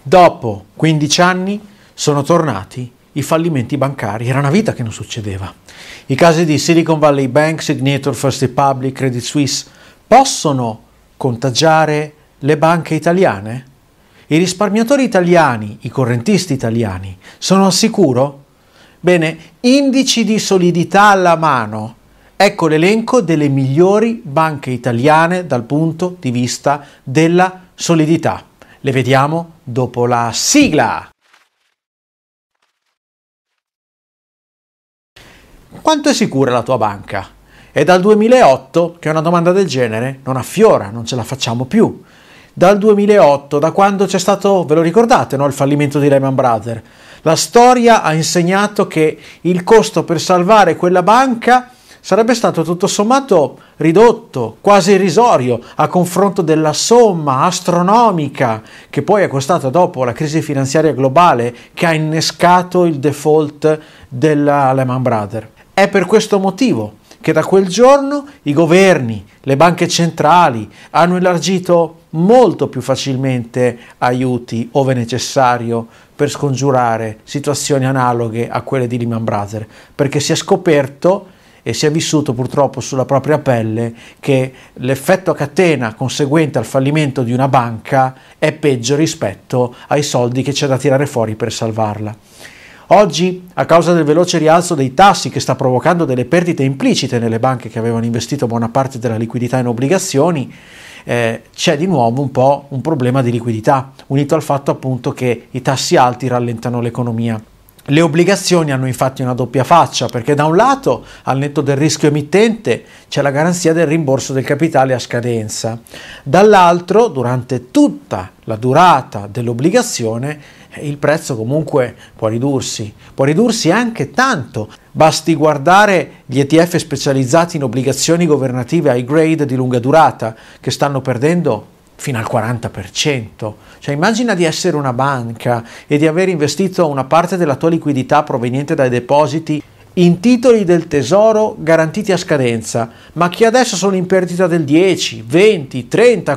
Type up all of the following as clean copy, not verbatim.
Dopo 15 anni sono tornati i fallimenti bancari. Era una vita che non succedeva. I casi di Silicon Valley Bank, Signature, First Republic, Credit Suisse possono contagiare le banche italiane? I risparmiatori italiani, i correntisti italiani, sono al sicuro? Bene, indici di solidità alla mano. Ecco l'elenco delle migliori banche italiane dal punto di vista della solidità. Le vediamo dopo la sigla. Quanto è sicura la tua banca? È dal 2008 che una domanda del genere non affiora, non ce la facciamo più. Dal 2008, da quando c'è stato, ve lo ricordate, no? Il fallimento di Lehman Brothers. La storia ha insegnato che il costo per salvare quella banca sarebbe stato tutto sommato ridotto, quasi irrisorio, a confronto della somma astronomica che poi è costata dopo la crisi finanziaria globale che ha innescato il default della Lehman Brothers. È per questo motivo che da quel giorno i governi, le banche centrali hanno elargito molto più facilmente aiuti ove necessario per scongiurare situazioni analoghe a quelle di Lehman Brothers, perché si è scoperto e si è vissuto purtroppo sulla propria pelle che l'effetto a catena conseguente al fallimento di una banca è peggio rispetto ai soldi che c'è da tirare fuori per salvarla. Oggi, a causa del veloce rialzo dei tassi che sta provocando delle perdite implicite nelle banche che avevano investito buona parte della liquidità in obbligazioni, c'è di nuovo un po' un problema di liquidità, unito al fatto appunto che i tassi alti rallentano l'economia. Le obbligazioni hanno infatti una doppia faccia, perché da un lato, al netto del rischio emittente, c'è la garanzia del rimborso del capitale a scadenza, dall'altro, durante tutta la durata dell'obbligazione, il prezzo comunque può ridursi anche tanto. Basti guardare gli ETF specializzati in obbligazioni governative high grade di lunga durata, che stanno perdendo fino al 40%. Cioè immagina di essere una banca e di aver investito una parte della tua liquidità proveniente dai depositi in titoli del tesoro garantiti a scadenza, ma che adesso sono in perdita del 10, 20, 30,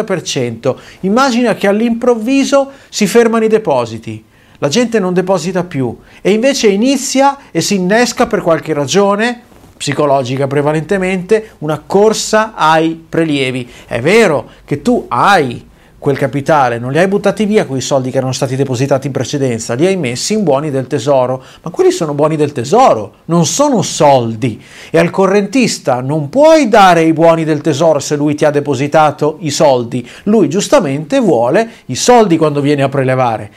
40%. Immagina che all'improvviso si fermano i depositi, la gente non deposita più e invece inizia e si innesca per qualche ragione psicologica prevalentemente una corsa ai prelievi. È vero che tu hai quel capitale, non li hai buttati via quei soldi che erano stati depositati in precedenza, li hai messi in buoni del tesoro, ma quelli sono buoni del tesoro, non sono soldi, e al correntista non puoi dare i buoni del tesoro se lui ti ha depositato i soldi, lui giustamente vuole i soldi quando viene a prelevare.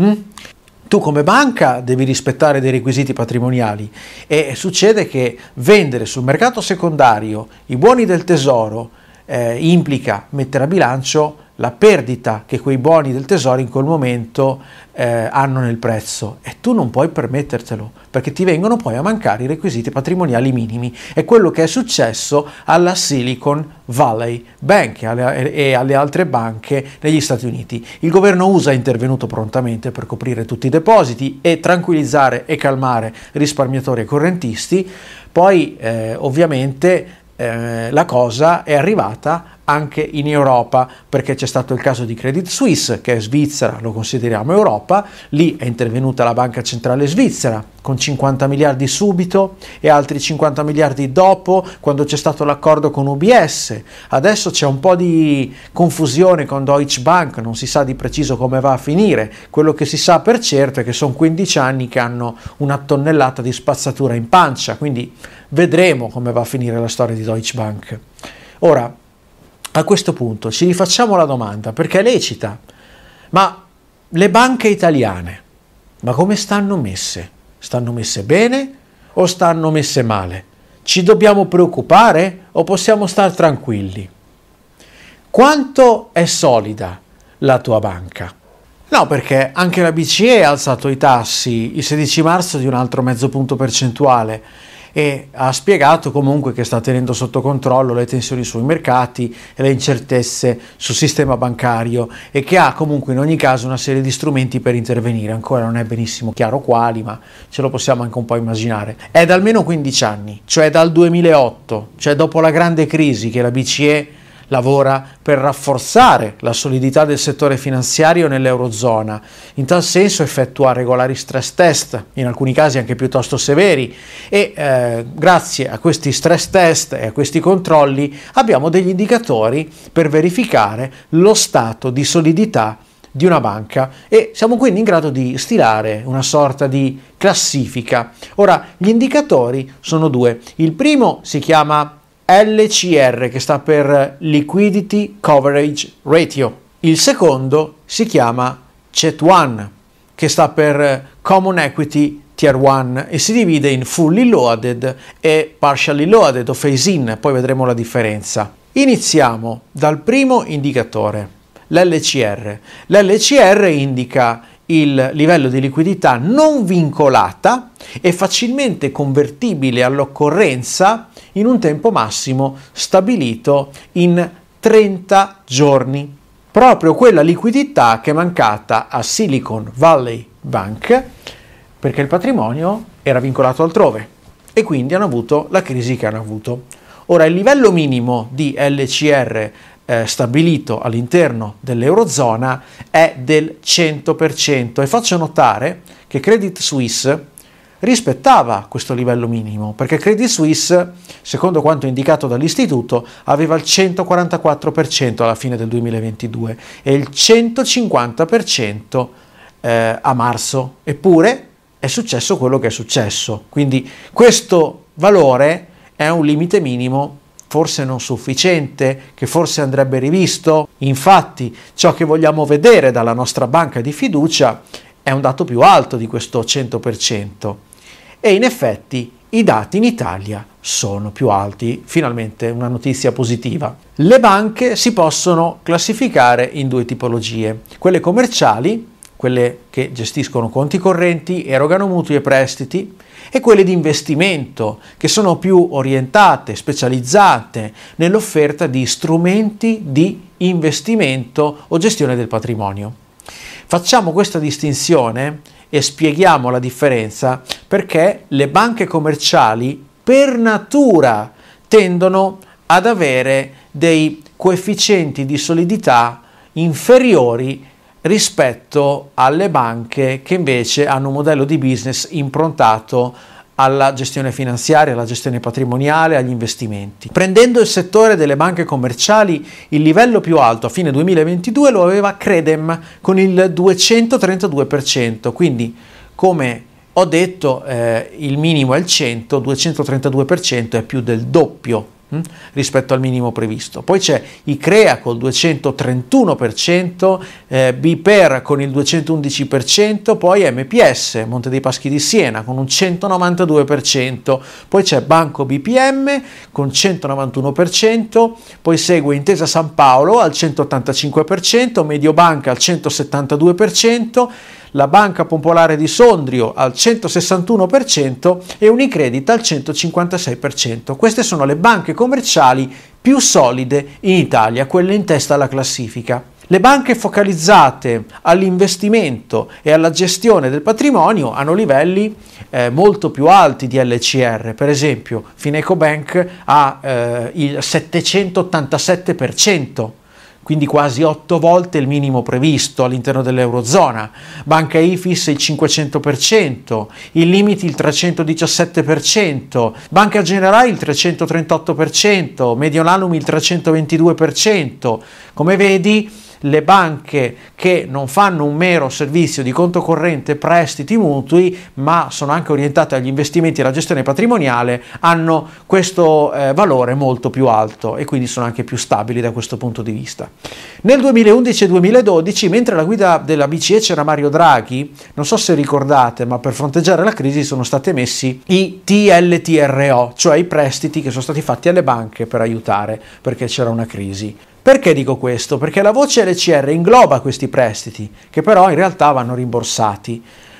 Tu come banca devi rispettare dei requisiti patrimoniali e succede che vendere sul mercato secondario i buoni del tesoro implica mettere a bilancio la perdita che quei buoni del tesoro in quel momento hanno nel prezzo, e tu non puoi permettertelo perché ti vengono poi a mancare i requisiti patrimoniali minimi. È quello che è successo alla Silicon Valley Bank e alle altre banche negli Stati Uniti. Il governo USA è intervenuto prontamente per coprire tutti i depositi e tranquillizzare e calmare risparmiatori e correntisti. Poi ovviamente la cosa è arrivata anche in Europa, perché c'è stato il caso di Credit Suisse, che è svizzera, lo consideriamo Europa. Lì è intervenuta la banca centrale svizzera con 50 miliardi subito e altri 50 miliardi dopo, quando c'è stato l'accordo con UBS. Adesso c'è un po' di confusione con Deutsche Bank, non si sa di preciso come va a finire. Quello che si sa per certo è che sono 15 anni che hanno una tonnellata di spazzatura in pancia, quindi vedremo come va a finire la storia di Deutsche Bank. Ora, a questo punto ci rifacciamo la domanda, perché è lecita: ma le banche italiane, ma come stanno messe? Stanno messe bene o stanno messe male? Ci dobbiamo preoccupare o possiamo stare tranquilli? Quanto è solida la tua banca? No, perché anche la BCE ha alzato i tassi il 16 marzo di un altro mezzo punto percentuale e ha spiegato comunque che sta tenendo sotto controllo le tensioni sui mercati e le incertezze sul sistema bancario, e che ha comunque in ogni caso una serie di strumenti per intervenire. Ancora non è benissimo chiaro quali, ma ce lo possiamo anche un po' immaginare. È da almeno 15 anni, cioè dal 2008, cioè dopo la grande crisi, che la BCE lavora per rafforzare la solidità del settore finanziario nell'Eurozona. In tal senso effettua regolari stress test, in alcuni casi anche piuttosto severi, e grazie a questi stress test e a questi controlli abbiamo degli indicatori per verificare lo stato di solidità di una banca e siamo quindi in grado di stilare una sorta di classifica. Ora, gli indicatori sono due. Il primo si chiama LCR, che sta per Liquidity Coverage Ratio. Il secondo si chiama CET1, che sta per Common Equity Tier 1 e si divide in fully loaded e partially loaded o phase-in, poi vedremo la differenza. Iniziamo dal primo indicatore, l'LCR. L'LCR indica il livello di liquidità non vincolata e facilmente convertibile all'occorrenza in un tempo massimo stabilito in 30 giorni. Proprio quella liquidità che è mancata a Silicon Valley Bank perché il patrimonio era vincolato altrove e quindi hanno avuto la crisi che hanno avuto. Ora, il livello minimo di LCR stabilito all'interno dell'Eurozona è del 100% e faccio notare che Credit Suisse rispettava questo livello minimo, perché Credit Suisse, secondo quanto indicato dall'istituto, aveva il 144% alla fine del 2022 e il 150% a marzo, eppure è successo quello che è successo. Quindi questo valore è un limite minimo forse non sufficiente, che forse andrebbe rivisto. Infatti, ciò che vogliamo vedere dalla nostra banca di fiducia è un dato più alto di questo 100%. E in effetti i dati in Italia sono più alti. Finalmente una notizia positiva. Le banche si possono classificare in due tipologie: quelle commerciali, quelle che gestiscono conti correnti, erogano mutui e prestiti, e quelle di investimento, che sono più orientate, specializzate nell'offerta di strumenti di investimento o gestione del patrimonio. Facciamo questa distinzione e spieghiamo la differenza perché le banche commerciali per natura tendono ad avere dei coefficienti di solidità inferiori rispetto alle banche che invece hanno un modello di business improntato alla gestione finanziaria, alla gestione patrimoniale, agli investimenti. Prendendo il settore delle banche commerciali, il livello più alto a fine 2022 lo aveva Credem con il 232%, quindi come ho detto il minimo è il 100, 232% è più del doppio rispetto al minimo previsto. Poi c'è ICREA col 231%, BPER con il 211%, poi MPS, Monte dei Paschi di Siena, con un 192%, poi c'è Banco BPM con 191%, poi segue Intesa San Paolo al 185%, Mediobanca al 172%, la Banca Popolare di Sondrio al 161% e Unicredit al 156%. Queste sono le banche commerciali più solide in Italia, quelle in testa alla classifica. Le banche focalizzate all'investimento e alla gestione del patrimonio hanno livelli molto più alti di LCR. Per esempio, FinecoBank ha il 787%, quindi quasi 8 volte il minimo previsto all'interno dell'Eurozona. Banca Ifis il 500%, il Limiti il 317%, Banca Generali il 338%, Mediolanum il 322%. Come vedi, le banche che non fanno un mero servizio di conto corrente, prestiti, mutui, ma sono anche orientate agli investimenti e alla gestione patrimoniale, hanno questo valore molto più alto e quindi sono anche più stabili da questo punto di vista. Nel 2011 e 2012, mentre alla guida della BCE c'era Mario Draghi, non so se ricordate, ma per fronteggiare la crisi sono stati emessi i TLTRO, cioè i prestiti che sono stati fatti alle banche per aiutare perché c'era una crisi. Perché dico questo? Perché la voce LCR ingloba questi prestiti, che però in realtà vanno rimborsati, ma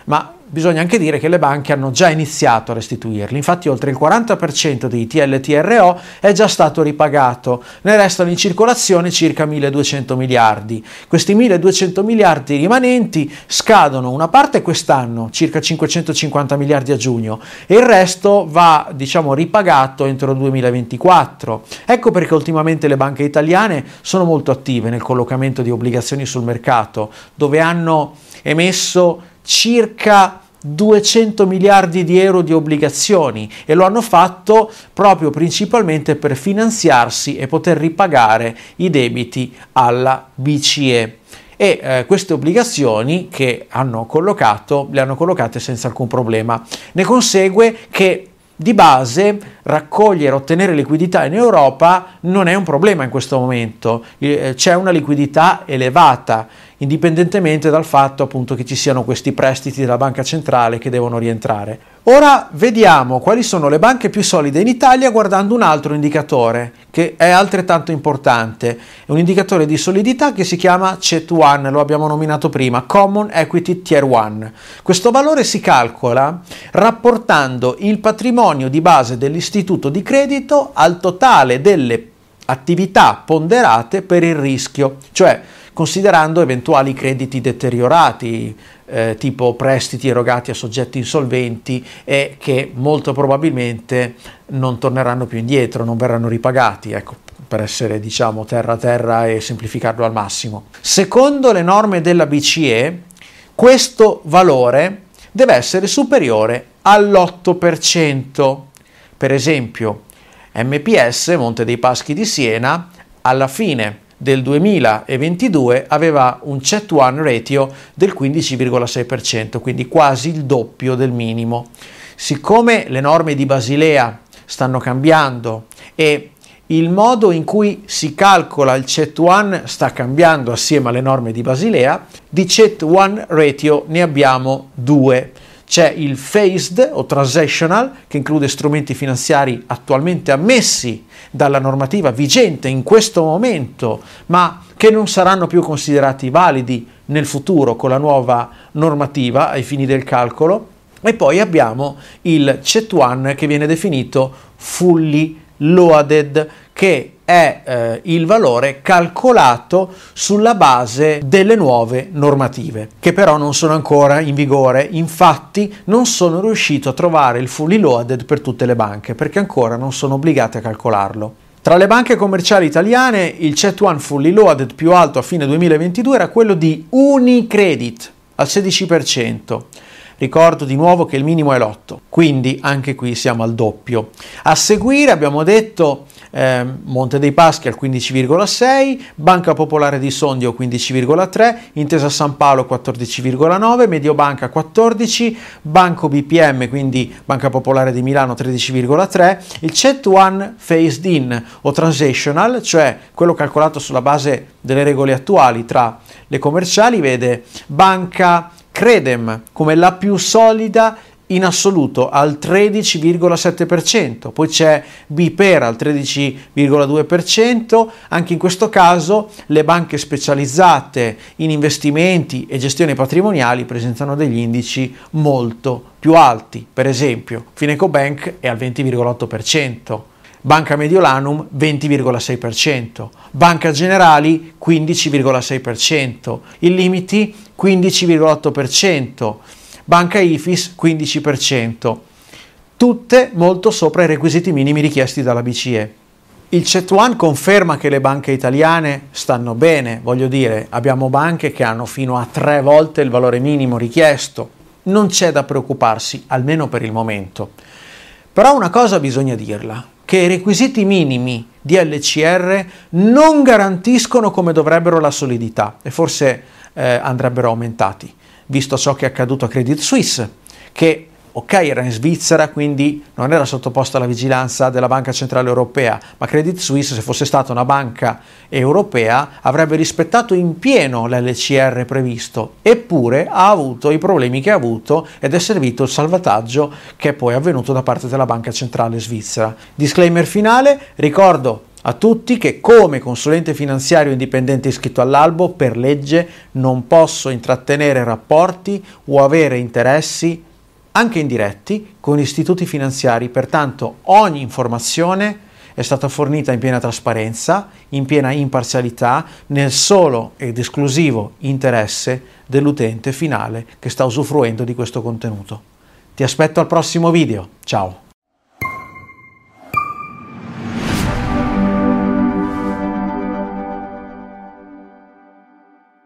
bisogna anche dire che le banche hanno già iniziato a restituirli, infatti oltre il 40% dei TLTRO è già stato ripagato, ne restano in circolazione circa 1.200 miliardi. Questi 1.200 miliardi rimanenti scadono una parte quest'anno, circa 550 miliardi a giugno, e il resto va, ripagato entro il 2024. Ecco perché ultimamente le banche italiane sono molto attive nel collocamento di obbligazioni sul mercato, dove hanno emesso circa 200 miliardi di euro di obbligazioni, e lo hanno fatto proprio principalmente per finanziarsi e poter ripagare i debiti alla BCE. E queste obbligazioni che hanno collocato, le hanno collocate senza alcun problema. Ne consegue che di base raccogliere, ottenere liquidità in Europa non è un problema in questo momento, c'è una liquidità elevata, indipendentemente dal fatto appunto che ci siano questi prestiti della banca centrale che devono rientrare. Ora vediamo quali sono le banche più solide in Italia guardando un altro indicatore che è altrettanto importante, è un indicatore di solidità che si chiama CET1, lo abbiamo nominato prima, Common Equity Tier 1. Questo valore si calcola rapportando il patrimonio di base dell'istituto di credito al totale delle attività ponderate per il rischio, cioè considerando eventuali crediti deteriorati, tipo prestiti erogati a soggetti insolventi e che molto probabilmente non torneranno più indietro, non verranno ripagati, ecco, per essere terra a terra e semplificarlo al massimo. Secondo le norme della BCE, questo valore deve essere superiore all'8%. Per esempio, MPS, Monte dei Paschi di Siena, alla fine del 2022 aveva un CET1 ratio del 15,6%, quindi quasi il doppio del minimo. Siccome le norme di Basilea stanno cambiando e il modo in cui si calcola il CET1 sta cambiando assieme alle norme di Basilea, di CET1 ratio ne abbiamo due. C'è il phased o transactional, che include strumenti finanziari attualmente ammessi dalla normativa vigente in questo momento, ma che non saranno più considerati validi nel futuro con la nuova normativa ai fini del calcolo. E poi abbiamo il CET1 che viene definito fully loaded, che è il valore calcolato sulla base delle nuove normative, che però non sono ancora in vigore. Infatti non sono riuscito a trovare il fully loaded per tutte le banche, perché ancora non sono obbligate a calcolarlo. Tra le banche commerciali italiane il CET1 fully loaded più alto a fine 2022 era quello di Unicredit al 16%. Ricordo di nuovo che il minimo è l'8, quindi anche qui siamo al doppio. A seguire abbiamo detto Monte dei Paschi al 15,6, Banca Popolare di Sondrio 15,3, Intesa San Paolo 14,9, Mediobanca 14, Banco BPM, quindi Banca Popolare di Milano 13,3, il CET1 phased in o transactional, cioè quello calcolato sulla base delle regole attuali tra le commerciali, vede Banca Credem come la più solida in assoluto al 13,7%, poi c'è BPER al 13,2%, anche in questo caso le banche specializzate in investimenti e gestione patrimoniali presentano degli indici molto più alti, per esempio Finecobank è al 20,8%, Banca Mediolanum 20,6%, Banca Generali 15,6%, Illimity 15,8%, Banca Ifis 15%, tutte molto sopra i requisiti minimi richiesti dalla BCE. Il CET1 conferma che le banche italiane stanno bene, voglio dire, abbiamo banche che hanno fino a 3 volte il valore minimo richiesto, non c'è da preoccuparsi, almeno per il momento. Però una cosa bisogna dirla, che i requisiti minimi di LCR non garantiscono come dovrebbero la solidità e forse andrebbero aumentati, visto ciò che è accaduto a Credit Suisse, che ok era in Svizzera, quindi non era sottoposta alla vigilanza della Banca Centrale Europea, ma Credit Suisse, se fosse stata una banca europea, avrebbe rispettato in pieno l'LCR previsto, eppure ha avuto i problemi che ha avuto ed è servito il salvataggio che è poi avvenuto da parte della Banca Centrale Svizzera. Disclaimer finale, ricordo a tutti che come consulente finanziario indipendente iscritto all'albo per legge non posso intrattenere rapporti o avere interessi anche indiretti con istituti finanziari, pertanto ogni informazione è stata fornita in piena trasparenza, in piena imparzialità, nel solo ed esclusivo interesse dell'utente finale che sta usufruendo di questo contenuto. Ti aspetto al prossimo video, ciao!